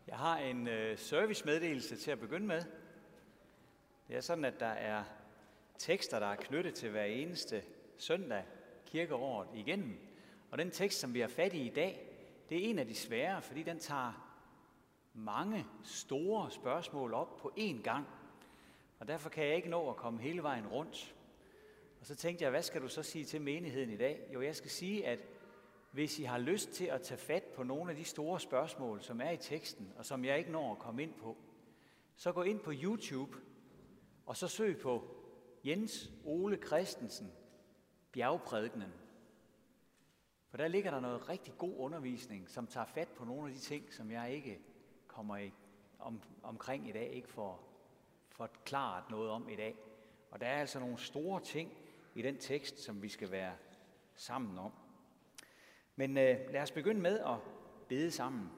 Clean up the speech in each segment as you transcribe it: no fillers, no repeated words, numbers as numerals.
Jeg har en servicemeddelelse til at begynde med. Det er sådan, at der er tekster, der er knyttet til hver eneste søndag kirkeåret igennem. Og den tekst, som vi har fat i dag, det er en af de svære, fordi den tager mange store spørgsmål op på én gang. Og derfor kan jeg ikke nå at komme hele vejen rundt. Og så tænkte jeg, hvad skal du så sige til menigheden i dag? Jo, jeg skal sige, at hvis I har lyst til at tage fat på nogle af de store spørgsmål, som er i teksten, og som jeg ikke når at komme ind på, så gå ind på YouTube, og så søg på Jens Ole Christensen, Bjergprædikenen. For der ligger der noget rigtig god undervisning, som tager fat på nogle af de ting, som jeg ikke kommer omkring i dag, ikke får forklaret noget om i dag. Og der er altså nogle store ting i den tekst, som vi skal være sammen om. Men lad os begynde med at bede sammen.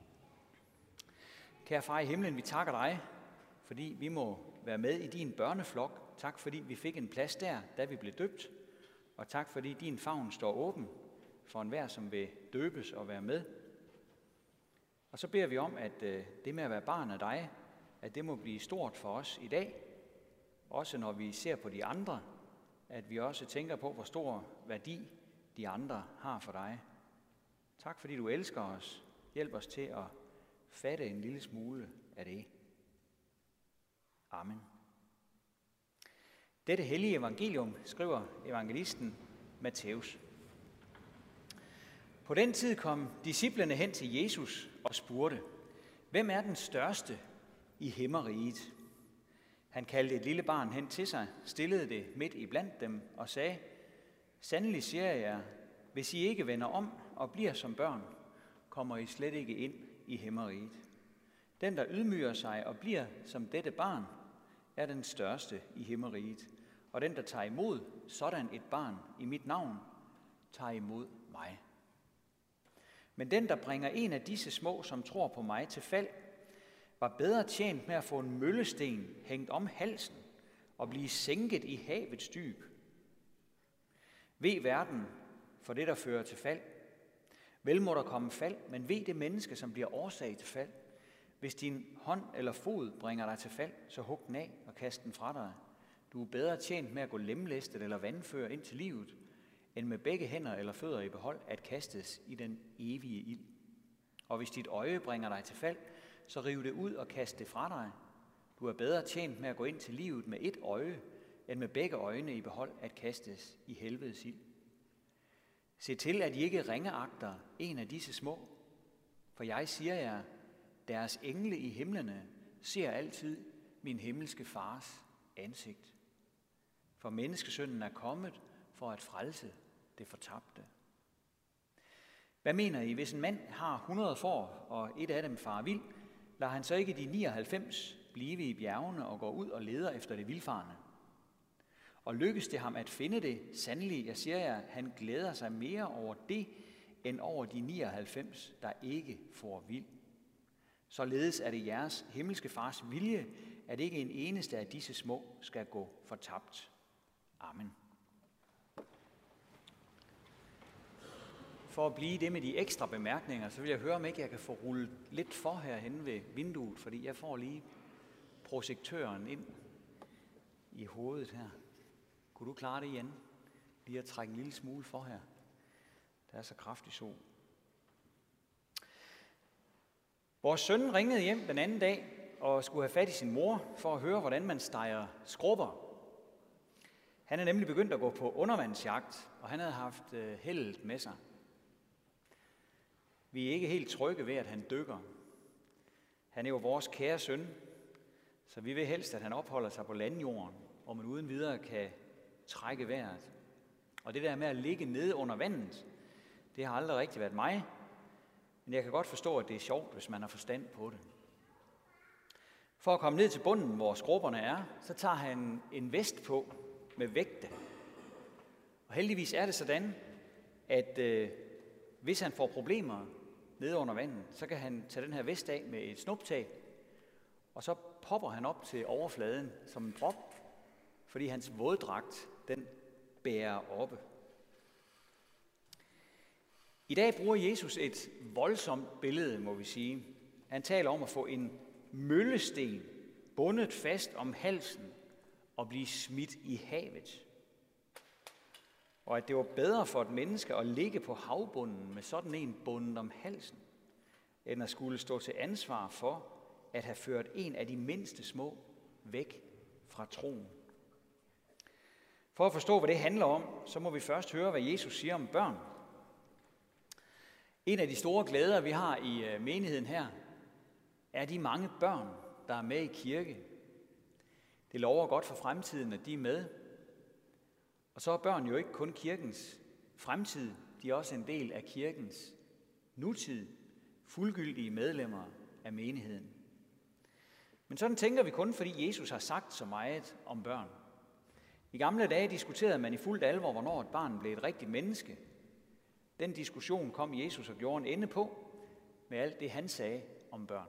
Kære far i himlen, vi takker dig, fordi vi må være med i din børneflok. Tak fordi vi fik en plads der, da vi blev døbt. Og tak fordi din favn står åben for enhver, som vil døbes og være med. Og så beder vi om, at det med at være barn af dig, at det må blive stort for os i dag. Også når vi ser på de andre, at vi også tænker på, hvor stor værdi de andre har for dig. Tak fordi du elsker os. Hjælp os til at fatte en lille smule af det. Amen. Dette hellige evangelium skriver evangelisten Matthæus. På den tid kom disciplene hen til Jesus og spurgte, hvem er den største i himmeriget? Han kaldte et lille barn hen til sig, stillede det midt iblandt dem og sagde, sandelig siger jeg jer, hvis I ikke vender om og bliver som børn, kommer I slet ikke ind i himmeriget. Den, der ydmyger sig og bliver som dette barn, er den største i himmeriget. Og den, der tager imod sådan et barn i mit navn, tager imod mig. Men den, der bringer en af disse små, som tror på mig, til fald, var bedre tjent med at få en møllesten hængt om halsen og blive sænket i havets dyb. Ved verden for det, der fører til fald. Vel må der komme fald, men ved det menneske, som bliver årsag til fald. Hvis din hånd eller fod bringer dig til fald, så hug den af og kast den fra dig. Du er bedre tjent med at gå lemlæstet eller vandfør ind til livet, end med begge hænder eller fødder i behold at kastes i den evige ild. Og hvis dit øje bringer dig til fald, så riv det ud og kast det fra dig. Du er bedre tjent med at gå ind til livet med et øje, end med begge øjne i behold at kastes i helvedes ild. Se til, at I ikke ringeagter en af disse små, for jeg siger jer, deres engle i himlene ser altid min himmelske fars ansigt. For menneskesønnen er kommet for at frelse det fortabte. Hvad mener I, hvis en mand har 100 får, og et af dem farer vild, lader han så ikke de 99 blive i bjergene og går ud og leder efter det vildfarne? Og lykkes det ham at finde det, sandelig, jeg siger jer, han glæder sig mere over det, end over de 99, der ikke får vild. Således er det jeres himmelske fars vilje, at ikke en eneste af disse små skal gå fortabt. Amen. For at blive det med de ekstra bemærkninger, så vil jeg høre, om ikke jeg kan få rullet lidt for herhenne ved vinduet, fordi jeg får lige projektøren ind i hovedet her. Kunne du klare det igen? Lige at trække en lille smule for her. Der er så kraftig sol. Vores søn ringede hjem den anden dag og skulle have fat i sin mor for at høre, hvordan man steger skrubber. Han er nemlig begyndt at gå på undervandsjagt, og han havde haft heldet med sig. Vi er ikke helt trygge ved, at han dykker. Han er jo vores kære søn, så vi vil helst, at han opholder sig på landjorden, hvor man uden videre kan trække vejret. Og det der med at ligge nede under vandet, det har aldrig rigtig været mig, men jeg kan godt forstå, at det er sjovt, hvis man har forstand på det. For at komme ned til bunden, hvor skrubberne er, så tager han en vest på med vægte. Og heldigvis er det sådan, at hvis han får problemer nede under vandet, så kan han tage den her vest af med et snuptag, og så popper han op til overfladen som en prop, fordi hans våddragt, den bærer oppe. I dag bruger Jesus et voldsomt billede, må vi sige, Han taler om at få en møllesten bundet fast om halsen og blive smidt i havet. Og at det var bedre for et menneske at ligge på havbunden med sådan en bundet om halsen, end at skulle stå til ansvar for at have ført en af de mindste små væk fra troen. For at forstå, hvad det handler om, så må vi først høre, hvad Jesus siger om børn. En af de store glæder, vi har i menigheden her, er de mange børn, der er med i kirke. Det lover godt for fremtiden, at de er med. Og så er børn jo ikke kun kirkens fremtid, de er også en del af kirkens nutid, fuldgyldige medlemmer af menigheden. Men sådan tænker vi kun, fordi Jesus har sagt så meget om børn. I gamle dage diskuterede man i fuldt alvor, hvornår et barn blev et rigtigt menneske. Den diskussion kom Jesus og gjorde en ende på med alt det, han sagde om børn.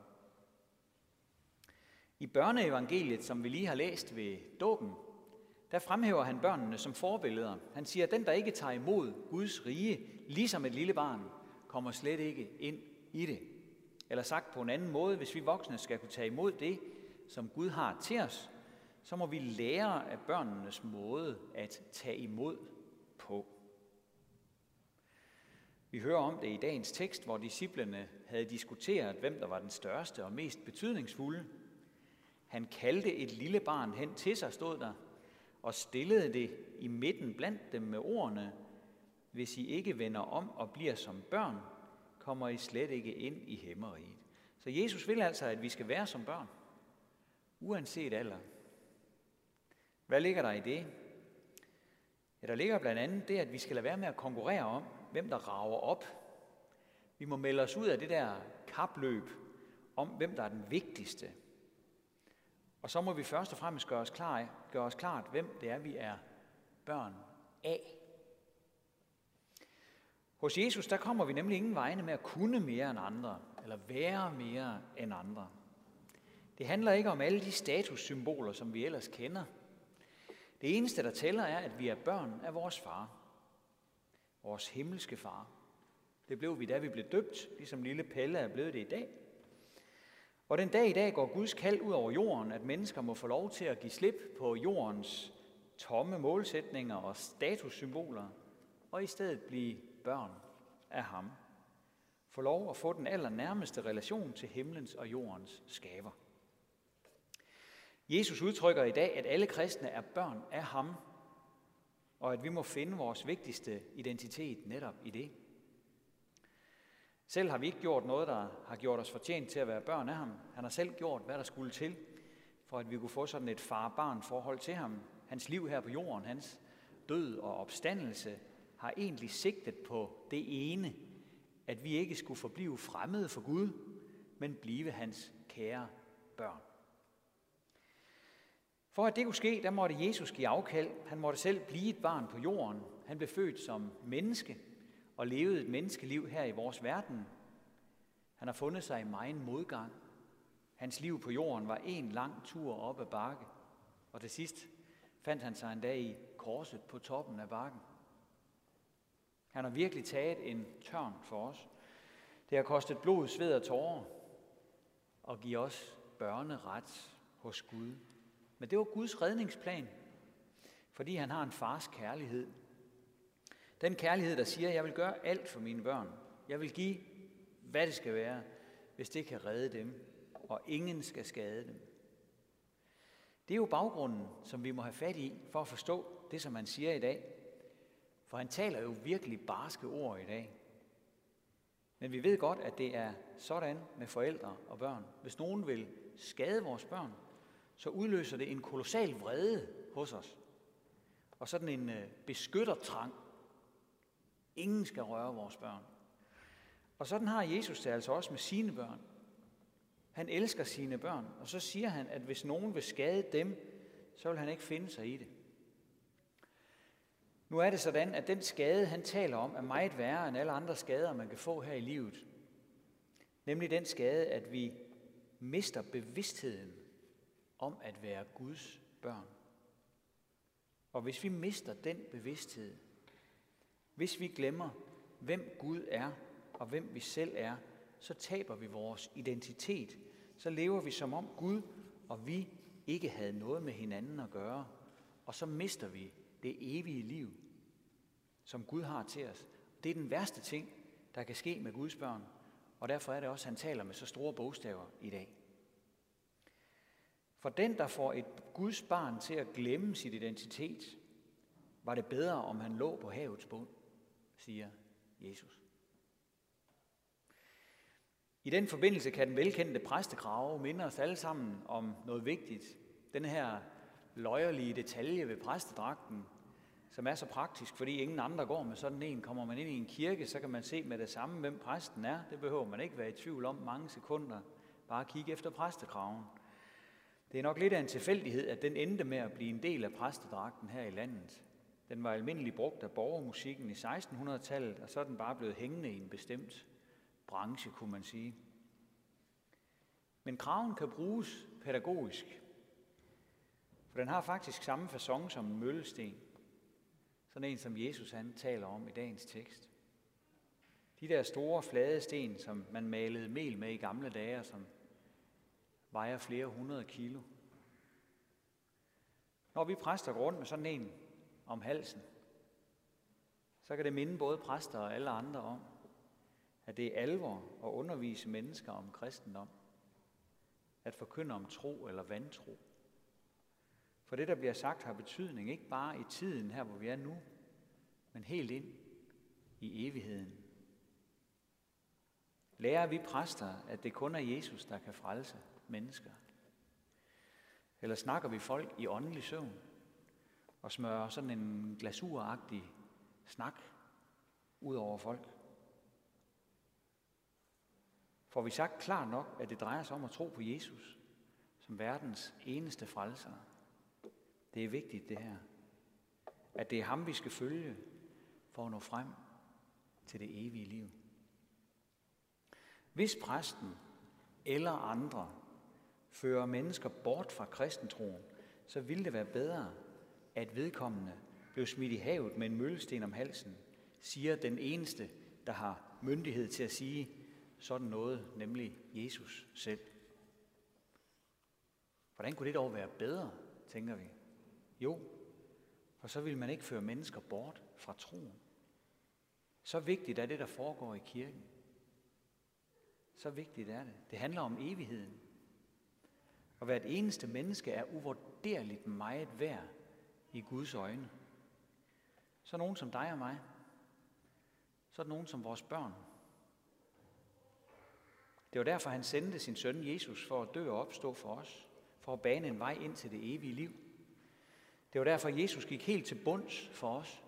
I børneevangeliet, som vi lige har læst ved dåben, der fremhæver han børnene som forbilleder. Han siger, at den, der ikke tager imod Guds rige, ligesom et lille barn, kommer slet ikke ind i det. Eller sagt på en anden måde, hvis vi voksne skal kunne tage imod det, som Gud har til os, så må vi lære af børnenes måde at tage imod på. Vi hører om det i dagens tekst, hvor disciplene havde diskuteret, hvem der var den største og mest betydningsfulde. Han kaldte et lille barn hen til sig, stod der, og stillede det i midten blandt dem med ordene: hvis I ikke vender om og bliver som børn, kommer I slet ikke ind i himmeriget. Så Jesus vil altså, at vi skal være som børn, uanset alder. Hvad ligger der i det? Ja, der ligger blandt andet det, at vi skal lade være med at konkurrere om, hvem der rager op. Vi må melde os ud af det der kapløb om, hvem der er den vigtigste. Og så må vi først og fremmest gøre os klart, hvem det er, vi er børn af. Hos Jesus, der kommer vi nemlig ingen vegne med at kunne mere end andre, eller være mere end andre. Det handler ikke om alle de statussymboler, som vi ellers kender. Det eneste, der tæller, er, at vi er børn af vores far. Vores himmelske far. Det blev vi, da vi blev døbt, ligesom lille Pelle er blevet det i dag. Og den dag i dag går Guds kald ud over jorden, at mennesker må få lov til at give slip på jordens tomme målsætninger og statussymboler, og i stedet blive børn af ham. Få lov at få den allernærmeste relation til himlens og jordens skaber. Jesus udtrykker i dag, at alle kristne er børn af ham, og at vi må finde vores vigtigste identitet netop i det. Selv har vi ikke gjort noget, der har gjort os fortjent til at være børn af ham. Han har selv gjort, hvad der skulle til, for at vi kunne få sådan et far-barn-forhold til ham. Hans liv her på jorden, hans død og opstandelse, har egentlig sigtet på det ene, at vi ikke skulle forblive fremmede for Gud, men blive hans kære børn. For at det kunne ske, der måtte Jesus give afkald. Han måtte selv blive et barn på jorden. Han blev født som menneske og levede et menneskeliv her i vores verden. Han har fundet sig i megen modgang. Hans liv på jorden var en lang tur op ad bakke, og til sidst fandt han sig en dag i korset på toppen af bakken. Han har virkelig taget en tørn for os. Det har kostet blod, sved og tårer og give os børneret hos Gud. Men det var Guds redningsplan, fordi han har en fars kærlighed. Den kærlighed, der siger, at jeg vil gøre alt for mine børn. Jeg vil give, hvad det skal være, hvis det kan redde dem, og ingen skal skade dem. Det er jo baggrunden, som vi må have fat i, for at forstå det, som han siger i dag. For han taler jo virkelig barske ord i dag. Men vi ved godt, at det er sådan med forældre og børn. Hvis nogen vil skade vores børn, så udløser det en kolossal vrede hos os. Og sådan en beskyttertrang. Ingen skal røre vores børn. Og sådan har Jesus det altså også med sine børn. Han elsker sine børn, og så siger han, at hvis nogen vil skade dem, så vil han ikke finde sig i det. Nu er det sådan, at den skade, han taler om, er meget værre end alle andre skader, man kan få her i livet. Nemlig den skade, at vi mister bevidstheden om at være Guds børn. Og hvis vi mister den bevidsthed, hvis vi glemmer, hvem Gud er og hvem vi selv er, så taber vi vores identitet. Så lever vi som om Gud og vi ikke havde noget med hinanden at gøre. Og så mister vi det evige liv, som Gud har til os. Det er den værste ting, der kan ske med Guds børn. Og derfor er det også, at han taler med så store bogstaver i dag. For den, der får et Guds barn til at glemme sit identitet, var det bedre, om han lå på havets bund, siger Jesus. I den forbindelse kan den velkendte præstekrave minde os alle sammen om noget vigtigt. Den her løjerlige detalje ved præstedragten, som er så praktisk, fordi ingen andre går med sådan en. Kommer man ind i en kirke, så kan man se med det samme, hvem præsten er. Det behøver man ikke være i tvivl om mange sekunder. Bare kigge efter præstekraven. Det er nok lidt af en tilfældighed, at den endte med at blive en del af præstedragten her i landet. Den var almindelig brugt af borgermusikken i 1600-tallet, og så er den bare blevet hængende i en bestemt branche, kunne man sige. Men kraven kan bruges pædagogisk, for den har faktisk samme facon som en møllesten. Sådan en, som Jesus han taler om i dagens tekst. De der store flade sten, som man malede mel med i gamle dage, som vejer flere 100 kilo. Når vi præster går rundt med sådan en om halsen, så kan det minde både præster og alle andre om, at det er alvor at undervise mennesker om kristendom. At forkynde om tro eller vantro. For det, der bliver sagt, har betydning ikke bare i tiden her, hvor vi er nu, men helt ind i evigheden. Lærer vi præster, at det kun er Jesus, der kan frelse mennesker? Eller snakker vi folk i åndelig søvn og smører sådan en glasuragtig snak ud over folk? Får vi sagt klart nok, at det drejer sig om at tro på Jesus som verdens eneste frelser? Det er vigtigt det her. At det er ham, vi skal følge for at nå frem til det evige liv. Hvis præsten eller andre fører mennesker bort fra kristentroen, så ville det være bedre, at vedkommende blev smidt i havet med en møllesten om halsen, siger den eneste, der har myndighed til at sige sådan noget, nemlig Jesus selv. Hvordan kunne det dog være bedre, tænker vi? Jo, for så vil man ikke føre mennesker bort fra troen. Så vigtigt er det, der foregår i kirken. Så vigtigt er det. Det handler om evigheden. Og hvert eneste menneske er uvurderligt meget værd i Guds øjne. Så nogen som dig og mig. Så er nogen som vores børn. Det var derfor, han sendte sin søn Jesus for at dø og opstå for os. For at bane en vej ind til det evige liv. Det var derfor, Jesus gik helt til bunds for os.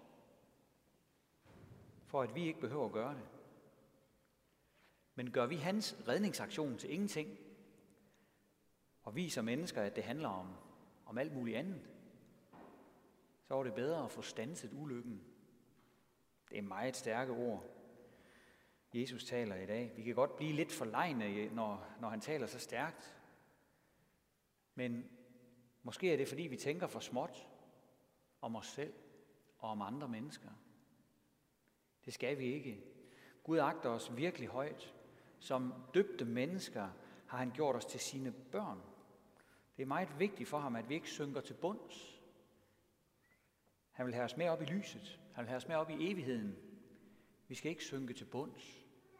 For at vi ikke behøver at gøre det. Men gør vi hans redningsaktion til ingenting, og viser mennesker, at det handler om alt muligt andet, så er det bedre at få standset ulykken. Det er meget stærke ord, Jesus taler i dag. Vi kan godt blive lidt forlegne, når han taler så stærkt. Men måske er det, fordi vi tænker for småt om os selv og om andre mennesker. Det skal vi ikke. Gud agter os virkelig højt. Som døbte mennesker har han gjort os til sine børn. Det er meget vigtigt for ham, at vi ikke synker til bunds. Han vil have os med op i lyset. Han vil have os med op i evigheden. Vi skal ikke synke til bunds.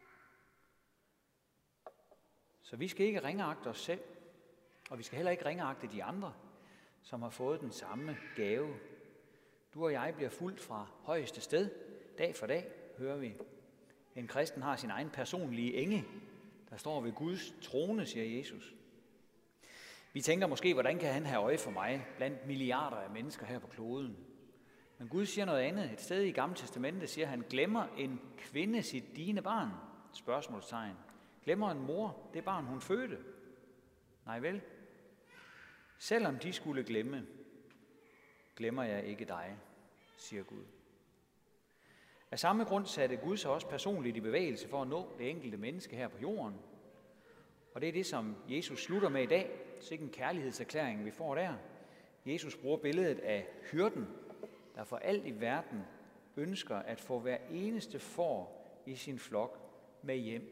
Så vi skal ikke ringeagte os selv, og vi skal heller ikke ringeagte de andre, som har fået den samme gave. Du og jeg bliver fulgt fra højeste sted. Dag for dag hører vi. En kristen har sin egen personlige engel, der står ved Guds trone, siger Jesus. Vi tænker måske, hvordan kan han have øje for mig blandt milliarder af mennesker her på kloden? Men Gud siger noget andet. Et sted i Gamle Testamentet siger han, glemmer en kvinde sit dine barn? Spørgsmålstegn. Glemmer en mor det barn, hun fødte? Nej vel. Selvom de skulle glemme, glemmer jeg ikke dig, siger Gud. Af samme grund satte Gud sig også personligt i bevægelse for at nå det enkelte menneske her på jorden. Og det er det, som Jesus slutter med i dag. Så ikke en kærlighedserklæring, vi får der. Jesus bruger billedet af hyrden, der for alt i verden ønsker at få hver eneste får i sin flok med hjem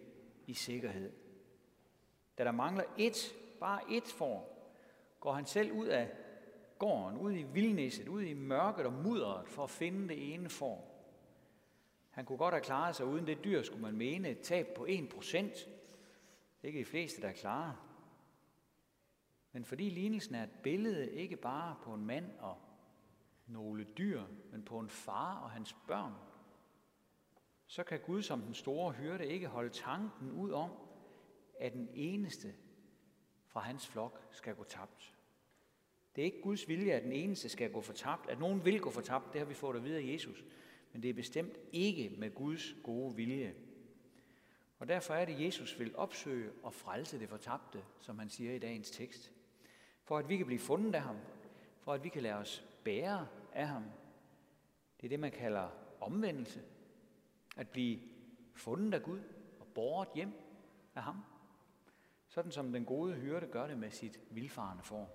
i sikkerhed. Da der mangler bare ét får, går han selv ud af gården, ud i vildnisset, ud i mørket og mudderet for at finde det ene får. Han kunne godt have klaret sig uden det dyr, skulle man mene, et tab på 1%. Det er ikke de fleste, der er klare. Men fordi lignelsen er et billede ikke bare på en mand og nogle dyr, men på en far og hans børn, så kan Gud som den store hyrde ikke holde tanken ud om, at den eneste fra hans flok skal gå tabt. Det er ikke Guds vilje, at den eneste skal gå fortabt. At nogen vil gå fortabt, det har vi fået at vide af Jesus. Men det er bestemt ikke med Guds gode vilje. Og derfor er det, Jesus vil opsøge og frelse det fortabte, som han siger i dagens tekst. For at vi kan blive fundet af ham. For at vi kan lade os bære af ham. Det er det, man kalder omvendelse. At blive fundet af Gud og båret hjem af ham. Sådan som den gode hyrde gør det med sit vildfarne får.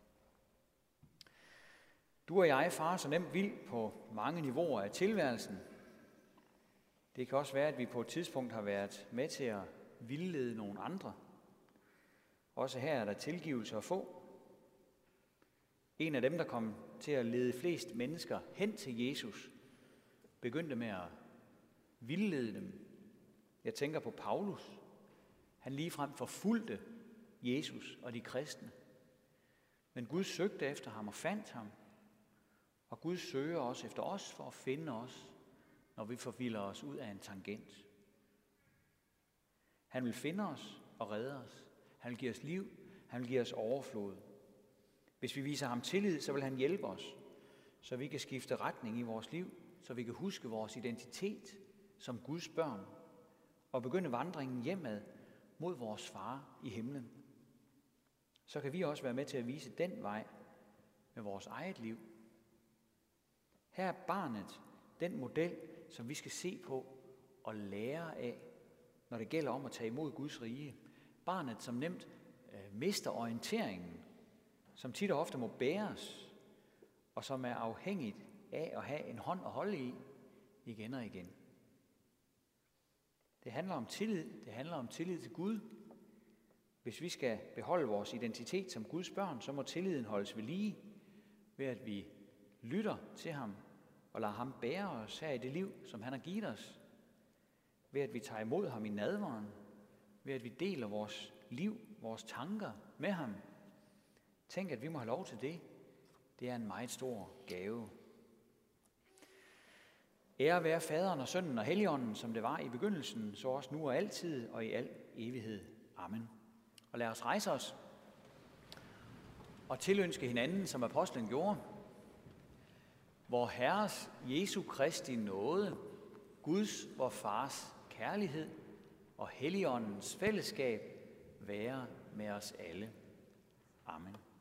Du og jeg farer så nemt vild på mange niveauer af tilværelsen. Det kan også være, at vi på et tidspunkt har været med til at vildlede nogle andre. Også her er der tilgivelse at få. En af dem, der kom til at lede flest mennesker hen til Jesus, begyndte med at vildlede dem. Jeg tænker på Paulus. Han ligefrem forfulgte Jesus og de kristne. Men Gud søgte efter ham og fandt ham. Og Gud søger også efter os for at finde os, når vi forvilder os ud af en tangent. Han vil finde os og redde os. Han vil give os liv. Han vil give os overflod. Hvis vi viser ham tillid, så vil han hjælpe os, så vi kan skifte retning i vores liv, så vi kan huske vores identitet som Guds børn og begynde vandringen hjemad mod vores far i himlen. Så kan vi også være med til at vise den vej med vores eget liv. Her er barnet den model, som vi skal se på og lære af, når det gælder om at tage imod Guds rige. Barnet, som nemt mister orienteringen, som tit og ofte må bæres, og som er afhængigt af at have en hånd at holde i igen og igen. Det handler om tillid. Det handler om tillid til Gud. Hvis vi skal beholde vores identitet som Guds børn, så må tilliden holdes ved lige, ved at vi lytter til ham og lader ham bære os her i det liv, som han har givet os. Ved at vi tager imod ham i nadveren. Ved at vi deler vores liv, vores tanker med ham. Tænk, at vi må have lov til det. Det er en meget stor gave. Ære være Faderen og Sønnen og Helligånden, som det var i begyndelsen, så også nu og altid og i al evighed. Amen. Og lad os rejse os og tilønske hinanden, som apostlen gjorde. Vor Herres Jesu Kristi nåde, Guds, vor Fars kærlighed og Helligåndens fællesskab være med os alle. Amen.